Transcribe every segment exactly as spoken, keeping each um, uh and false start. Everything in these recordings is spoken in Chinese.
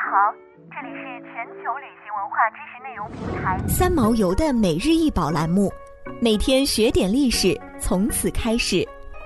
好，这里是全球旅行文化知识内容平台三毛游的每日一宝栏目，每天学点历史，从此开始。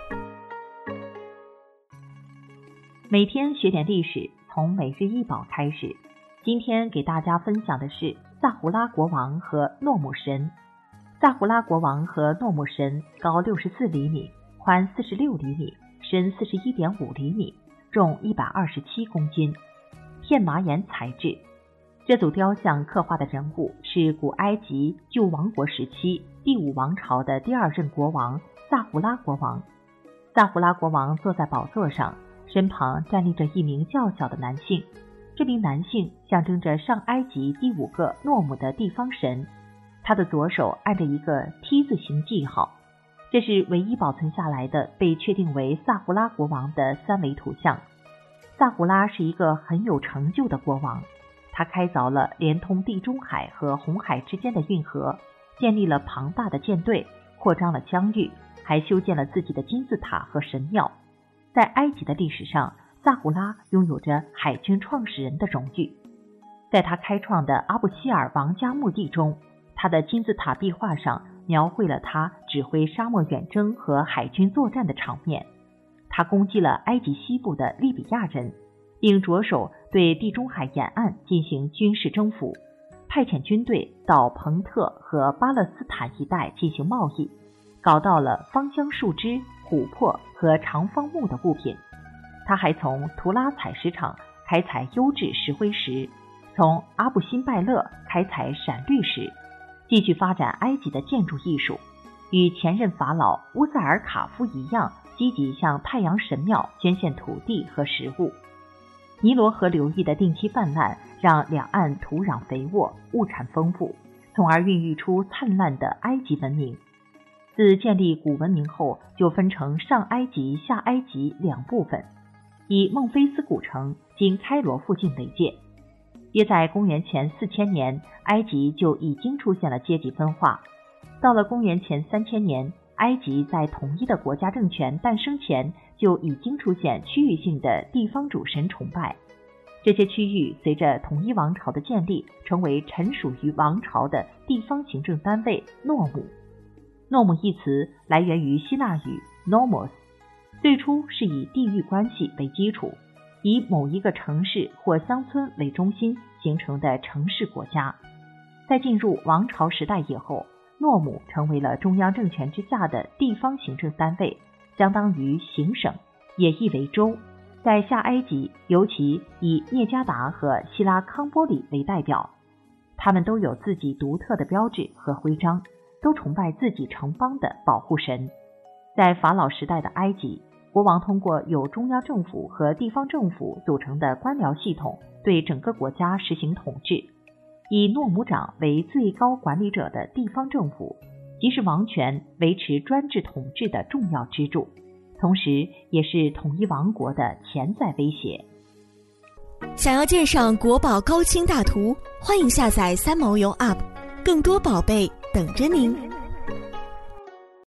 每天学点历史，从每日一宝开始。今天给大家分享的是萨胡拉国王和诺姆神。萨胡拉国王和诺姆神高六十四厘米，宽四十六厘米，深四十一点五厘米，重一百二十七公斤，片麻岩材质。这组雕像刻画的人物是古埃及旧王国时期第五王朝的第二任国王萨胡拉国王。萨胡拉国王坐在宝座上，身旁站立着一名较小的男性，这名男性象征着上埃及第五个诺姆的地方神，他的左手按着一个 T 字形记号，这是唯一保存下来的被确定为萨胡拉国王的三维图像。萨胡拉是一个很有成就的国王，他开凿了连通地中海和红海之间的运河，建立了庞大的舰队，扩张了疆域，还修建了自己的金字塔和神庙。在埃及的历史上，萨胡拉拥有着海军创始人的荣誉。在他开创的阿布希尔王家墓地中，他的金字塔壁画上描绘了他指挥沙漠远征和海军作战的场面。他攻击了埃及西部的利比亚人，并着手对地中海沿岸进行军事征服，派遣军队到彭特和巴勒斯坦一带进行贸易，搞到了芳香树枝、琥珀和长方木的物品。他还从图拉采石场开采优质石灰石，从阿布辛拜勒开采闪绿石，继续发展埃及的建筑艺术，与前任法老乌塞尔卡夫一样，积极向太阳神庙捐献土地和食物。尼罗河流域的定期泛滥让两岸土壤肥沃，物产丰富，从而孕育出灿烂的埃及文明。自建立古文明后，就分成上埃及、下埃及两部分，以孟菲斯古城今开罗附近为界。约在公元前四千年，埃及就已经出现了阶级分化。到了公元前三千年，埃及在统一的国家政权诞生前就已经出现区域性的地方主神崇拜。这些区域随着统一王朝的建立，成为臣属于王朝的地方行政单位诺姆。诺姆一词来源于希腊语 nomos， 最初是以地域关系为基础，以某一个城市或乡村为中心形成的城市国家。在进入王朝时代以后，诺姆成为了中央政权之下的地方行政单位，相当于行省，也译为州。在下埃及，尤其以聂加达和希拉康波里为代表，他们都有自己独特的标志和徽章，都崇拜自己城邦的保护神。在法老时代的埃及，国王通过由中央政府和地方政府组成的官僚系统，对整个国家实行统治。以诺姆长为最高管理者的地方政府，即是王权维持专制统治的重要支柱，同时也是统一王国的潜在威胁。 想要鉴赏国宝高清大图，欢迎下载三毛游 App， 更多宝贝等着您。